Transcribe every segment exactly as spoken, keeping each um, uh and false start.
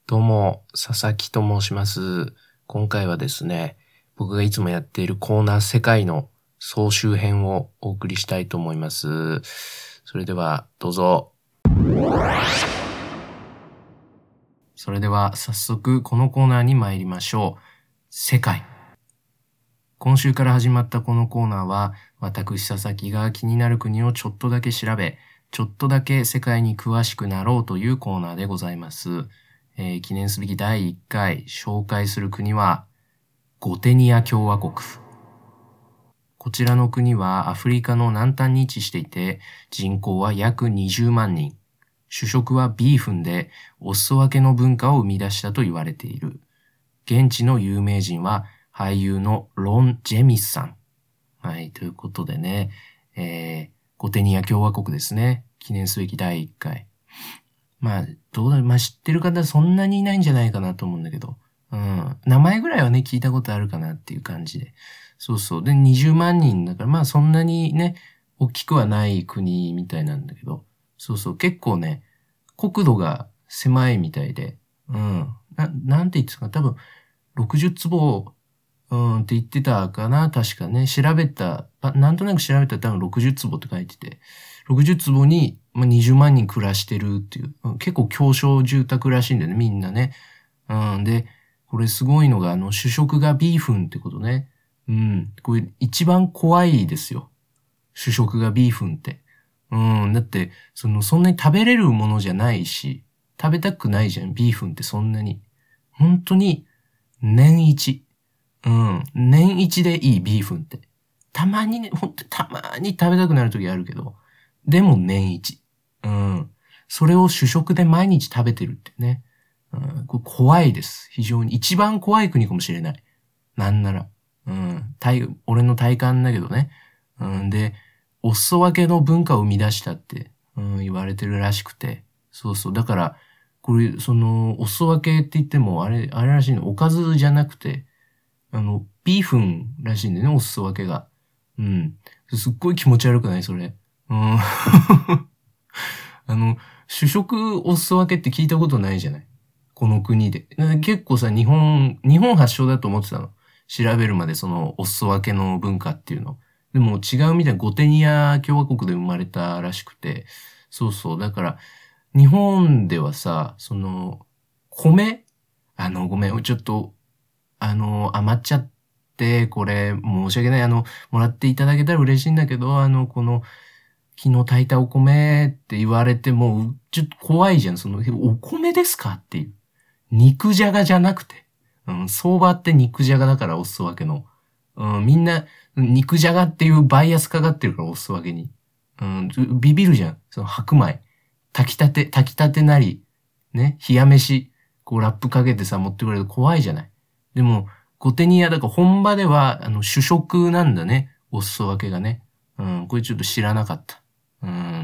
どうも、佐々木と申します。今回はですね、僕がいつもやっているコーナー世界の総集編をお送りしたいと思います。それでは、どうぞ。それでは、早速このコーナーに参りましょう。世界。今週から始まったこのコーナーは、私佐々木が気になる国をちょっとだけ調べ、ちょっとだけ世界に詳しくなろうというコーナーでございます。えー、記念すべきだいいっかい紹介する国はゴテニア共和国。こちらの国はアフリカの南端に位置していて、人口は約にじゅうまんにん。主食はビーフンでお裾分けの文化を生み出したと言われている。現地の有名人は俳優のロン・ジェミスさん。はい、ということでね、えー、ゴテニア共和国ですね。記念すべきだいいっかい。まあ、どうだ、まあ知ってる方そんなにいないんじゃないかなと思うんだけど、うん。名前ぐらいはね、聞いたことあるかなっていう感じで。そうそう。で、にじゅうまんにんだから、まあそんなにね、大きくはない国みたいなんだけど、そうそう。結構ね、国土が狭いみたいで、うん。な、なんて言ってたかな、多分、ろくじゅう坪、うんって言ってたかな、確かね。調べた、なんとなく調べたら多分ろくじゅう坪って書いてて、ろくじゅう坪ににじゅうまんにん暮らしてるっていう、うん、結構狭小住宅らしいんだよね、みんなね。うん、で、これすごいのが、あの、主食がビーフンってことね。うん、これ一番怖いですよ。主食がビーフンって。うん、だって、その、そんなに食べれるものじゃないし、食べたくないじゃん、ビーフンってそんなに。本当に、年一。うん。年一でいい、ビーフンって。たまにね、ほんとたまに食べたくなる時あるけど、でも年一。うん。それを主食で毎日食べてるってね。うん、これ怖いです。非常に。一番怖い国かもしれない。なんなら。うん。体、俺の体感だけどね。うん。で、お裾分けの文化を生み出したって、うん、言われてるらしくて。そうそう。だから、これ、その、お裾分けって言っても、あれ、あれらしいの、おかずじゃなくて、あの、ビーフンらしいんだよね、お裾分けが。うん。すっごい気持ち悪くないそれ。うん。あの、主食お裾分けって聞いたことないじゃないこの国で。結構さ、日本、日本発祥だと思ってたの。調べるまでそのお裾分けの文化っていうの。でも違うみたいなゴテニア共和国で生まれたらしくて。そうそう。だから、日本ではさ、その、米あの、ごめん、ちょっと、あの、余っちゃって、これ、申し訳ない。あの、もらっていただけたら嬉しいんだけど、あの、この、昨日炊いたお米って言われても、ちょっと怖いじゃん。その、お米ですかっていう。肉じゃがじゃなくて。うん、相場って肉じゃがだからお裾分けの。うん、みんな、肉じゃがっていうバイアスかかってるからお裾分けに。うん、ビビるじゃん。その白米。炊きたて、炊きたてなり、ね、冷や飯、こうラップかけてさ、持ってくれると怖いじゃない。でも、ゴテニアだから本場では、あの、主食なんだね。お裾分けがね。うん、これちょっと知らなかった。うん、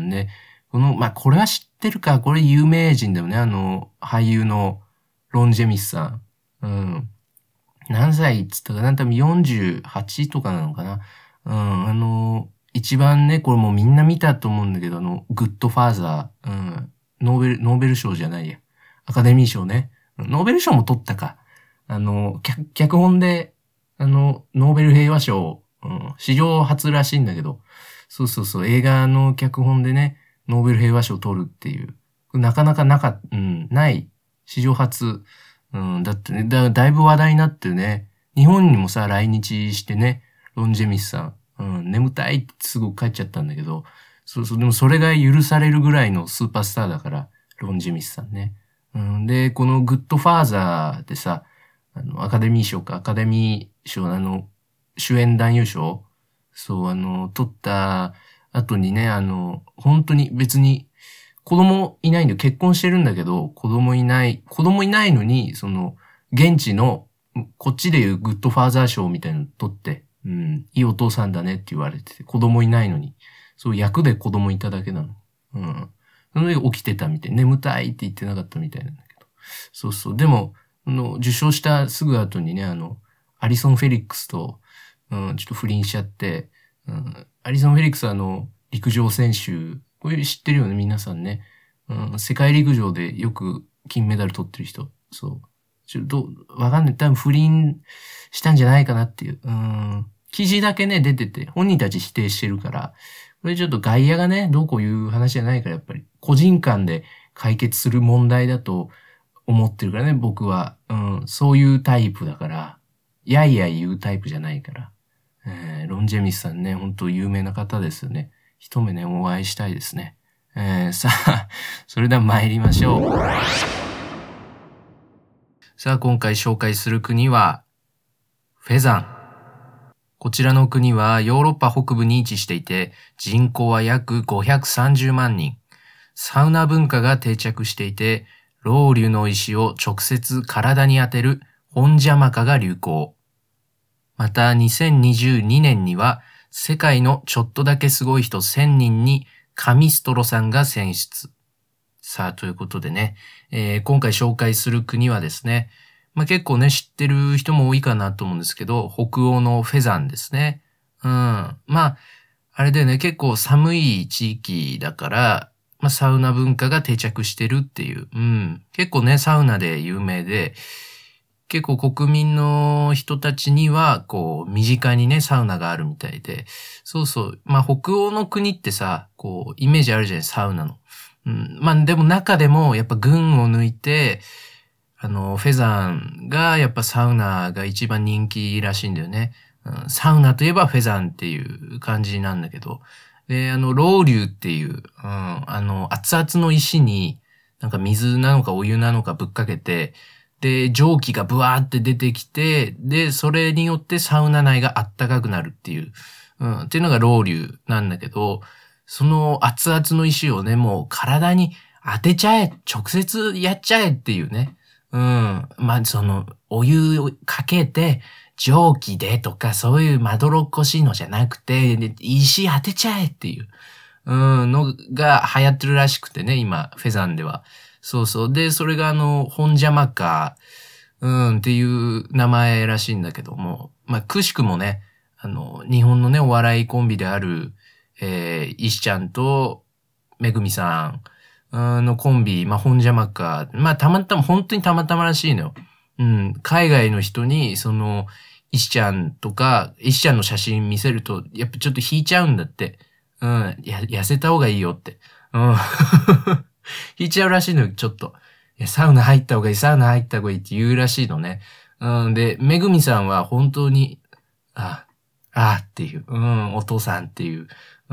で、この、まあ、これは知ってるか、これ有名人だよね。あの、俳優のロン・ジェミスさん。うん。何歳っつったかな多分よんじゅうはちとかなのかなうん、あの、一番ね、これもうみんな見たと思うんだけど、あの、グッドファーザー。うん。ノーベル、ノーベル賞じゃないや。アカデミー賞ね。ノーベル賞も取ったか。あの、脚脚本で、あの、ノーベル平和賞、うん、史上初らしいんだけど、そうそうそう、映画の脚本でね、ノーベル平和賞を取るっていう。なかなかなか、うん、ない。史上初。うん、だってね、だ、だいぶ話題になってね、日本にもさ、来日してね、ロン・ジェミスさん、うん、眠たいってすぐ帰っちゃったんだけど、そうそう、でもそれが許されるぐらいのスーパースターだから、ロン・ジェミスさんね。うん、で、このグッドファーザーでさ、あの、アカデミー賞か、アカデミー賞のあの、主演男優賞そう、あの、取った後にね、あの、本当に別に子供いないんだよ。結婚してるんだけど、子供いない、子供いないのに、その、現地の、こっちでいうグッドファーザー賞みたいなの取って、うん、いいお父さんだねって言われてて、子供いないのに、そう役で子供いただけなの。うん。その時起きてたみたい。眠たいって言ってなかったみたいなんだけど。そうそう。でも、あの、受賞したすぐ後にね、あの、アリソン・フェリックスと、うん、ちょっと不倫しちゃって、うん、アリソン・フェリックスはあの、陸上選手、これ知ってるよね、皆さんね。うん、世界陸上でよく金メダル取ってる人。 そう。ちょっと、わかんない。多分不倫したんじゃないかなっていう。うん。記事だけね、出てて、本人たち否定してるから、これちょっと外野がね、どうこういう話じゃないから、やっぱり、個人間で解決する問題だと思ってるからね、僕は。うん。そういうタイプだから、やいやい言うタイプじゃないから。えー、ロンジェミスさんね、本当有名な方ですよね。一目ね、お会いしたいですね。えー、さあ、それでは参りましょう。さあ、今回紹介する国は、フェザン。こちらの国はヨーロッパ北部に位置していて、人口は約ごひゃくさんじゅうまんにん。サウナ文化が定着していて、ロウリュの石を直接体に当てるホンジャマカが流行。また、にせんにじゅうにねんには、世界のちょっとだけすごい人せんにんにカミストロさんが選出。さあ、ということでね、えー、今回紹介する国はですね、まあ、結構ね、知ってる人も多いかなと思うんですけど、北欧のフェザンですね。うん。まあ、あれでね、結構寒い地域だから、まあ、サウナ文化が定着してるっていう。うん。結構ね、サウナで有名で、結構国民の人たちには、こう、身近にね、サウナがあるみたいで。そうそう。まあ、北欧の国ってさ、こう、イメージあるじゃない、サウナの。うん。まあ、でも中でも、やっぱ群を抜いて、あの、フェザンが、やっぱサウナが一番人気らしいんだよね。うん、サウナといえばフェザンっていう感じなんだけど。で、あの、ロウリュっていう、うん、あの、熱々の石に、なんか水なのかお湯なのかぶっかけて、で、蒸気がブワーって出てきて、で、それによってサウナ内があったかくなるっていう、うん、っていうのがロウリュなんだけど、その熱々の石をね、もう体に当てちゃえ、直接やっちゃえっていうね。うん。まあ、その、お湯をかけて、蒸気でとか、そういうまどろっこしいのじゃなくて、で石当てちゃえっていう、うん、のが流行ってるらしくてね、今、フェザンでは。そうそう。で、それがあの、ホンジャマカ、うんっていう名前らしいんだけども、まあ、くしくもね、あの、日本のね、お笑いコンビである、えー、石ちゃんと、めぐみさん、のコンビ、まあ、ホンジャマカ、まあ、たまたま、本当にたまたまらしいのよ。うん、海外の人に、その、石ちゃんとか、石ちゃんの写真見せると、やっぱちょっと引いちゃうんだって。うん、や、痩せた方がいいよって。うん。引いちゃうらしいのよ、ちょっと。いや、サウナ入った方がいい、サウナ入った方がいいって言うらしいのね。うん、で、めぐみさんは本当に、あ、あっていう、うん、お父さんっていう、うん、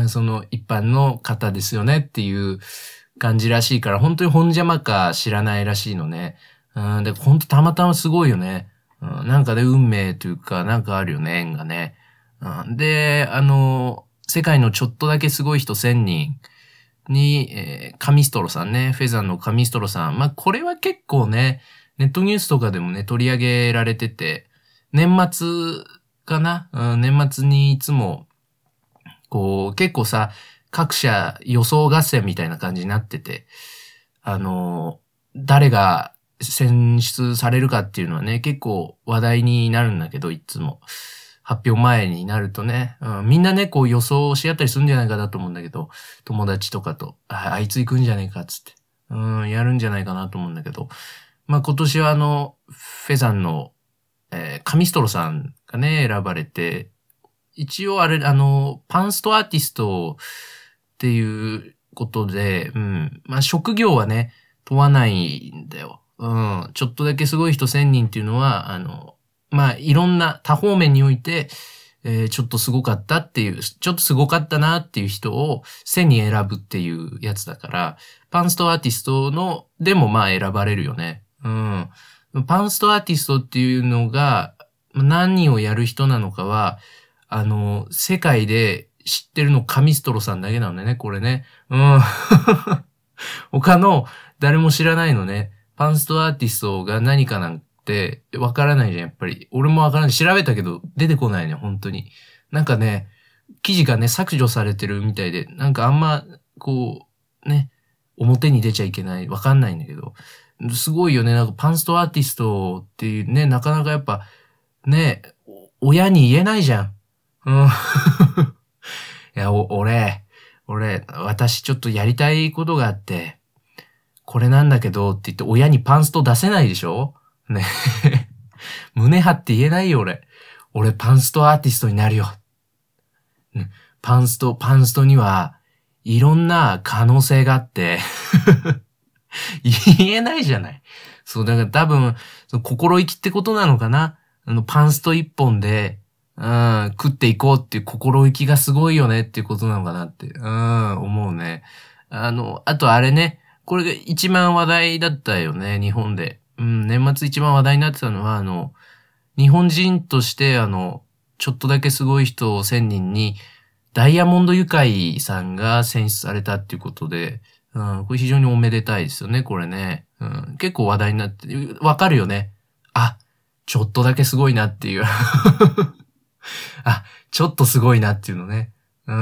その一般の方ですよねっていう感じらしいから、本当に本邪魔か知らないらしいのね。うん、で、本当たまたますごいよね。うん、なんかで運命というか、なんかあるよね、縁がね。うん、で、あの、世界のちょっとだけすごい人せんにんに、えー、カミストロさんね、フェザンのカミストロさん。まあ、これは結構ね、ネットニュースとかでもね、取り上げられてて、年末かな、うん、年末にいつも、こう、結構さ、各社予想合戦みたいな感じになってて、あの、誰が選出されるかっていうのはね、結構話題になるんだけど、いつも。発表前になるとね、うん、みんなね、こう予想し合ったりするんじゃないかなと思うんだけど、友達とかと、あ、あいつ行くんじゃねえかっつって、うん、やるんじゃないかなと思うんだけど、まあ今年はあの、フェザンの、えー、カミストロさんがね、選ばれて、一応あれ、あの、パンストアーティストっていうことで、うん、まあ職業はね、問わないんだよ。うん、ちょっとだけすごい人せんにんっていうのは、あの、まあ、いろんな多方面において、えー、ちょっとすごかったっていう、ちょっとすごかったなっていう人をせんにん選ぶっていうやつだから、パンストアーティストの、でもまあ選ばれるよね。うん。パンストアーティストっていうのが、何をやる人なのかは、あの、世界で知ってるのカミストロさんだけなんだよね、これね。うん。他の誰も知らないのね。パンストアーティストが何かなんてわからないじゃん、やっぱり。俺もわからない。調べたけど出てこないね、本当に。なんかね、記事がね、削除されてるみたいで、なんかあんま、こう、ね、表に出ちゃいけない。わかんないんだけど。すごいよね。なんかパンストアーティストっていうね、なかなかやっぱ、ね、親に言えないじゃん。うん。いや、お、俺、俺、私ちょっとやりたいことがあって、 これなんだけどって言って親にパンスト出せないでしょね。胸張って言えないよ俺。俺パンストアーティストになるよ。ね、パンスト、パンストにはいろんな可能性があって言えないじゃない。そう、だから多分、その心意気ってことなのかな。あの、パンスト一本で、うん、食っていこうっていう心意気がすごいよねっていうことなのかなって、うん、思うね。あの、あとあれね、これが一番話題だったよね、日本で。うん、年末一番話題になってたのは、あの、日本人として、あの、ちょっとだけすごい人せんにんに、ダイヤモンドユカイさんが選出されたっていうことで、うん、これ非常におめでたいですよね、これね。うん、結構話題になって、わかるよね。あ、ちょっとだけすごいなっていう。あ、ちょっとすごいなっていうのね。うん、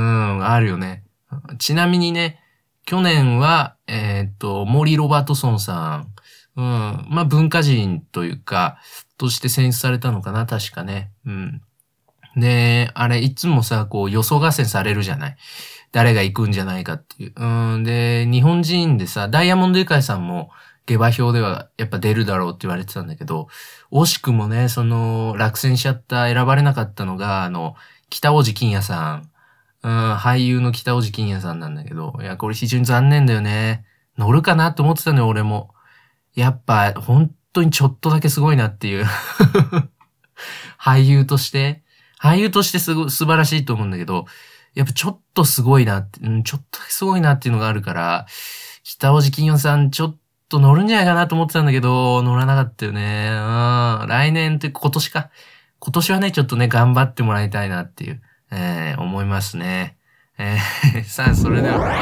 あるよね。ちなみにね、去年は、えーっと、モーリー・ロバートソンさん、うん、まあ文化人というか、として選出されたのかな、確かね。うん。で、あれ、いつもさ、こう予想合戦されるじゃない。誰が行くんじゃないかっていう。うん。で、日本人でさ、ダイヤモンドユカイさんも下馬評ではやっぱ出るだろうって言われてたんだけど、惜しくもね、その、落選しちゃった、選ばれなかったのが、あの、北大路欣也さん。うん、俳優の北大路欣也さんなんだけど、いや、これ非常に残念だよね。乗るかなって思ってたのよ、俺も。やっぱ、本当にちょっとだけすごいなっていう。俳優として、俳優としてすご、素晴らしいと思うんだけど、やっぱちょっとすごいなって、うん、ちょっとだけすごいなっていうのがあるから、北尾路欣也さんちょっと乗るんじゃないかなと思ってたんだけど、乗らなかったよね。うん、来年って今年か。今年はね、ちょっとね、頑張ってもらいたいなっていう、えー、思いますね。えー、さあ、それでは。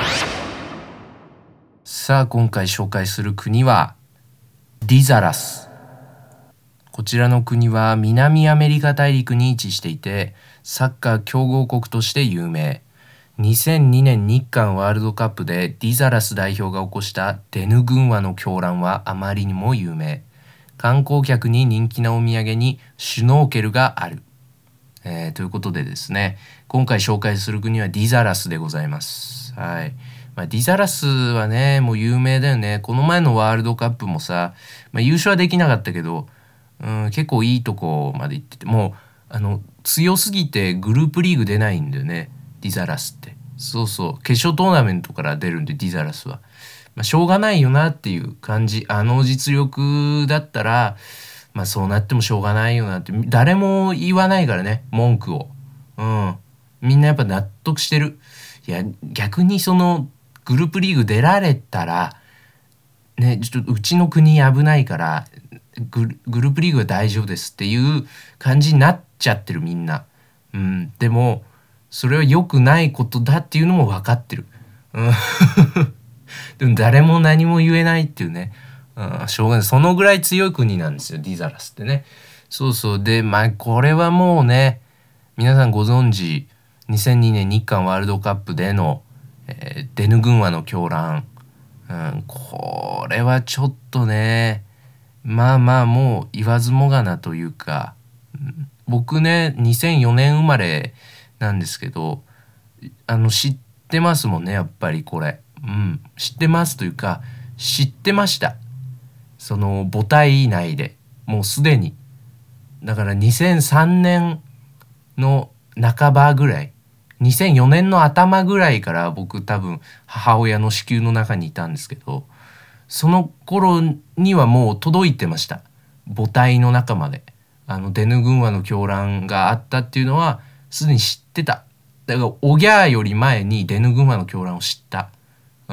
さあ、今回紹介する国は、ディザラス。こちらの国は南アメリカ大陸に位置していて、サッカー強豪国として有名。にせんにねん日韓ワールドカップでディザラス代表が起こしたデヌ群話の狂乱はあまりにも有名。観光客に人気なお土産にシュノーケルがある。えー、ということでですね、今回紹介する国はディザラスでございます。はい。まあ、ディザラスはね、もう有名だよね。この前のワールドカップもさ、まあ、優勝はできなかったけど、うん、結構いいとこまで行ってて、もう、あの、強すぎてグループリーグ出ないんだよね。ディザラスって。そうそう。決勝トーナメントから出るんで、ディザラスは。まあ、しょうがないよなっていう感じ。あの実力だったら、まあそうなってもしょうがないよなって。誰も言わないからね、文句を。うん。みんなやっぱ納得してる。いや、逆にその、グループリーグ出られたら、ね、ちょっとうちの国危ないから、グル、グループリーグは大丈夫ですっていう感じになっちゃってるみんな。うん。でも、それは良くないことだっていうのも分かってる。うん。でも誰も何も言えないっていうね。うん、しょうがない。そのぐらい強い国なんですよ、ディザラスってね。そうそう。で、まあ、これはもうね、皆さんご存知、にせんにねん日韓ワールドカップでの、えーデヌ群話の狂乱。うん、これはちょっとね、まあまあもう言わずもがなというか、うん、僕ね、にせんよねん生まれなんですけど、あの、知ってますもんね、やっぱりこれ。うん、知ってますというか、知ってました。その母体内でもうすでに。だからにせんさんねんの半ばぐらい、にせんよねんの頭ぐらいから僕多分母親の子宮の中にいたんですけど、その頃にはもう届いてました。母体の中まで。あのデヌ群話の狂乱があったっていうのはすでに知ってた。だからおぎゃーより前にデヌ群話の狂乱を知った。うん、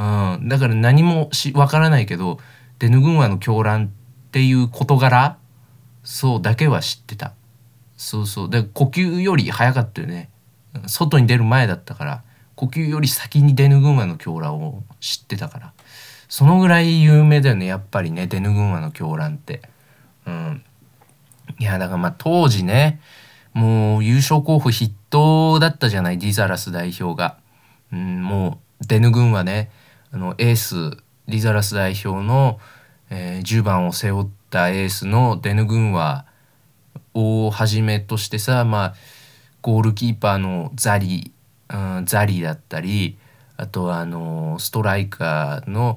だから何もしわからないけど、デヌ群話の狂乱っていう事柄、そうだけは知ってた。そうそう。で、呼吸より早かったよね。外に出る前だったから、呼吸より先にデヌ群話の狂乱を知ってたから。そのぐらい有名だよね、やっぱりね、デヌ群話の狂乱って。うん。いや、だからまあ当時ね、もう優勝候補筆頭だったじゃない、ディザラス代表が。うん、もうデヌ群話ね、あのエース、ディザラス代表の、えーじゅうばんを背負ったエースのデヌ群話をはじめとしてさ、まあ、ゴールキーパーのザリ、うん、ザリだったり、あとはあのストライカーの、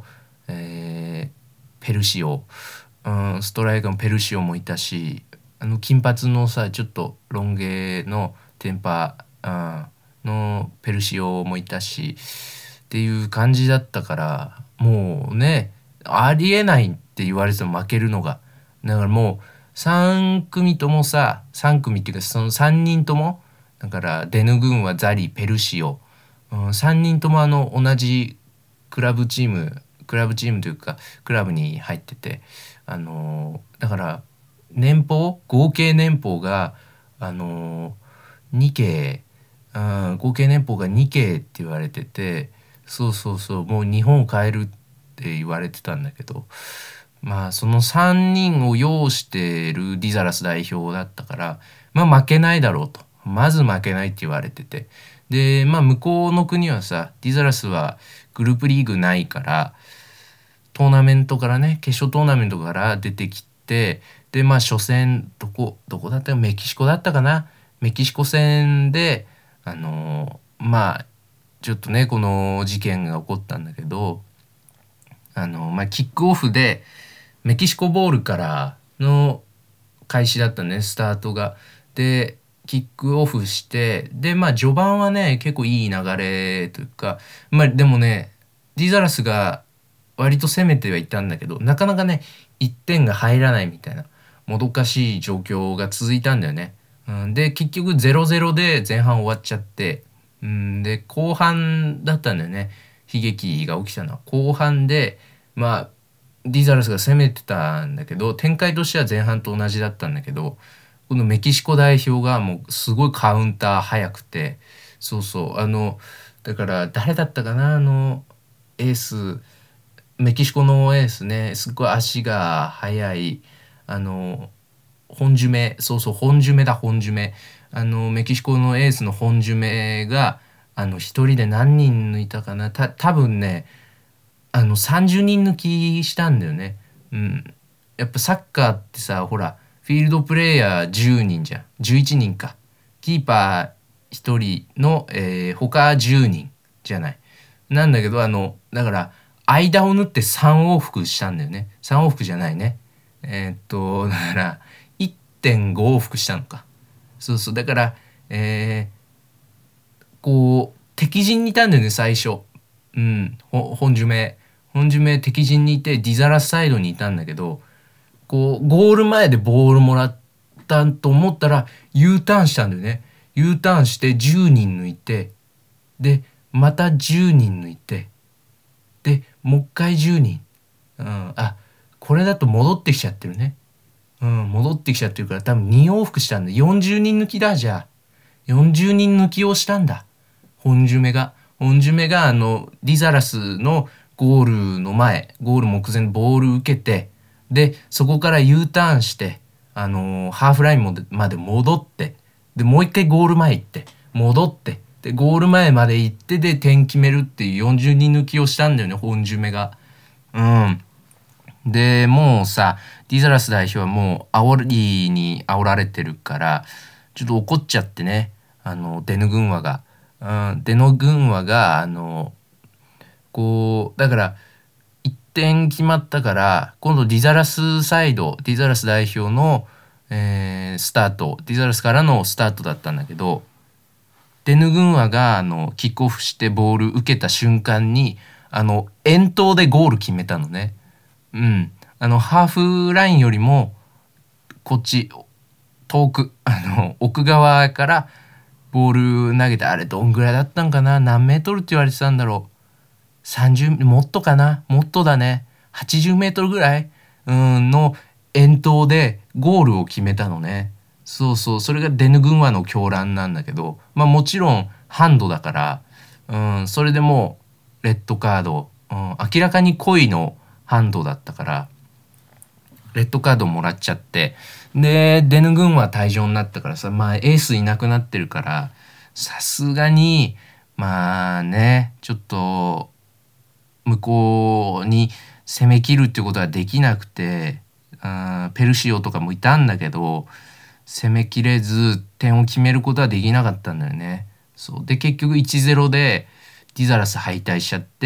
えー、ペルシオ、うん、ストライカーのペルシオもいたし、あの金髪のさちょっとロン毛のテンパ、うん、のペルシオもいたしっていう感じだったから、もうねありえないって言われても負けるのが。だからもうさん組ともささん組っていうかそのさんにんともだからデヌ軍はザリペルシオ、うん、さんにんともあの同じクラブチームクラブチームというかクラブに入ってて、あのーだから年俸合計年俸があのー、にケー、うん、合計年俸が にケー って言われてて、そうそうそうもう日本を変えるって言われてたんだけど、まあそのさんにんを擁してるディザラス代表だったから、まあ負けないだろうと、まず負けないって言われてて、でまあ向こうの国はさディザラスはグループリーグないからトーナメントからね決勝トーナメントから出てきて、でまあ初戦どこどこだったかメキシコだったかな、メキシコ戦であのーまあちょっとねこの事件が起こったんだけど、あのまあキックオフでメキシコボールからの開始だったねスタートが。でキックオフしてでまあ序盤はね結構いい流れというか、まあでもねディザラスが割と攻めてはいたんだけどなかなかねいってんが入らないみたいなもどかしい状況が続いたんだよね。うん、で結局ゼロゼロで前半終わっちゃって、うん、で後半だったんだよね。悲劇が起きたのは後半で、まあディザラスが攻めてたんだけど展開としては前半と同じだったんだけど、このメキシコ代表がもうすごいカウンター早くて、そうそうあのだから誰だったかなあのエースメキシコのエースねすごい足が速いあの本ジュメ、そうそう本ジュメだ本ジュメ、あのメキシコのエースの本ジュメがあの一人で何人抜いたかな、た多分ねあのさんじゅうにん抜きしたんだよね。うん。やっぱサッカーってさほらフィールドプレーヤーじゅうにんじゃん、じゅういちにんか、キーパーひとりの、えー、他じゅうにんじゃない。なんだけどあのだから間を縫ってさん往復したんだよね。さん往復じゃないね。えーっとだからいってんご往復したのか。そうそうだからえーこう敵陣にいたんだよね最初。うん、ほ本締め本締め敵陣にいてディザラスサイドにいたんだけど、こうゴール前でボールもらったと思ったら U ターンしたんだよね。 U ターンしてじゅうにん抜いて、でまたじゅうにん抜いて、でもう一回じゅうにん、うん、あこれだと戻ってきちゃってるね。うん、戻ってきちゃってるから多分に往復したんだ。よんじゅうにん抜きだ。じゃあよんじゅうにん抜きをしたんだ本ジュメが。本ジュメがあのディザラスのゴールの前ゴール目前ボール受けて、でそこから U ターンしてあのーハーフラインまで戻って、でもう一回ゴール前行って戻ってでゴール前まで行ってで点決めるっていうよんじゅうにん抜きをしたんだよね本ジュメが。うん。でもうさディザラス代表はもう煽りに煽られてるからちょっと怒っちゃってね、あのデヌ軍話が、うん、デノ軍話があのこうだからいってん決まったから今度ディザラスサイドディザラス代表の、えースタートディザラスからのスタートだったんだけど、デヌ軍話があのキックオフしてボール受けた瞬間にあの遠投でゴール決めたのね。うん、あのハーフラインよりもこっち遠くあの奥側からボール投げて、あれどんぐらいだったんかな、何メートルって言われてたんだろう、さんじゅうもっとかな、もっとだね、はちじゅうメートルぐらいうんの遠投でゴールを決めたのね。そうそうそれがデヌ軍話の狂乱なんだけど、まあもちろんハンドだから、うん、それでもうレッドカード、うん、明らかに故意のハンドだったからレッドカードもらっちゃって、でデヌ軍は退場になったからさ、まあエースいなくなってるからさすがにまあねちょっと向こうに攻めきるっていうことはできなくて、あペルシオとかもいたんだけど攻めきれず点を決めることはできなかったんだよね。そうで結局いちゼロでディザラス敗退しちゃって、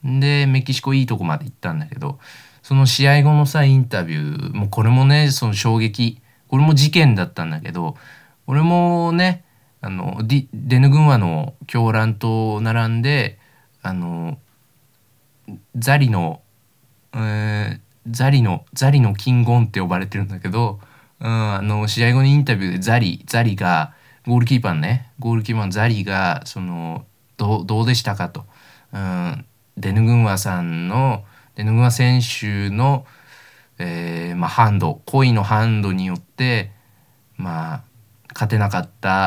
で、メキシコいいとこまで行ったんだけど、その試合後のさ、インタビュー、もうこれもね、その衝撃、これも事件だったんだけど、俺もね、あの、ディデヌ軍話の狂乱と並んで、あの、ザリの、えーザリの、ザリの金言って呼ばれてるんだけど、うん、あの、試合後にインタビューでザリ、ザリが、ゴールキーパーのね、ゴールキーパーのザリが、その、どう、どうでしたかと。うん、デヌグンワさんの、デヌグンワ選手の、えーまあ、ハンド、故意のハンドによって、まあ、勝てなかった、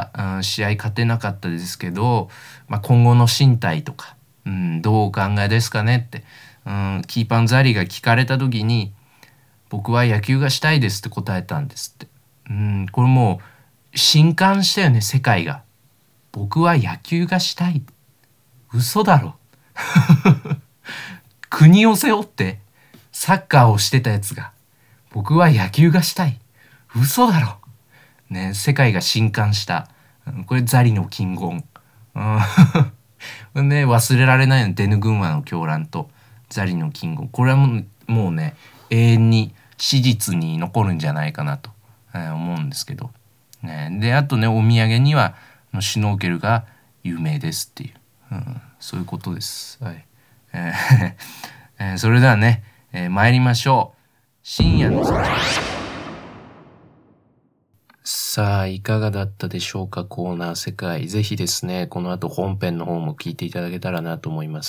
うん、試合勝てなかったですけど、まあ、今後の進退とか、うん、どうお考えですかねって、うん、キーパーのザリが聞かれた時に、僕は野球がしたいですって答えたんですって。うん、これもう震撼したよね、世界が。僕は野球がしたい。嘘だろ。国を背負ってサッカーをしてたやつが、僕は野球がしたい。嘘だろ。ね、世界が震撼した。これザリの金言。うん、ね、忘れられないの、デヌ軍話の狂乱とザリの金言。これはもう、もうね、永遠に史実に残るんじゃないかなと、えー思うんですけど。ね、で、あとね、お土産には、シュノーケルが有名ですっていう、うん、そういうことです。はい。えーえーそれではね、えー参りましょう。深夜の世界。さあ、いかがだったでしょうか、コーナー世界。ぜひですね、この後本編の方も聞いていただけたらなと思います。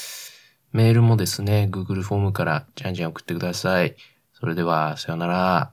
メールもですね、Google フォームからじゃんじゃん送ってください。それでは、さようなら。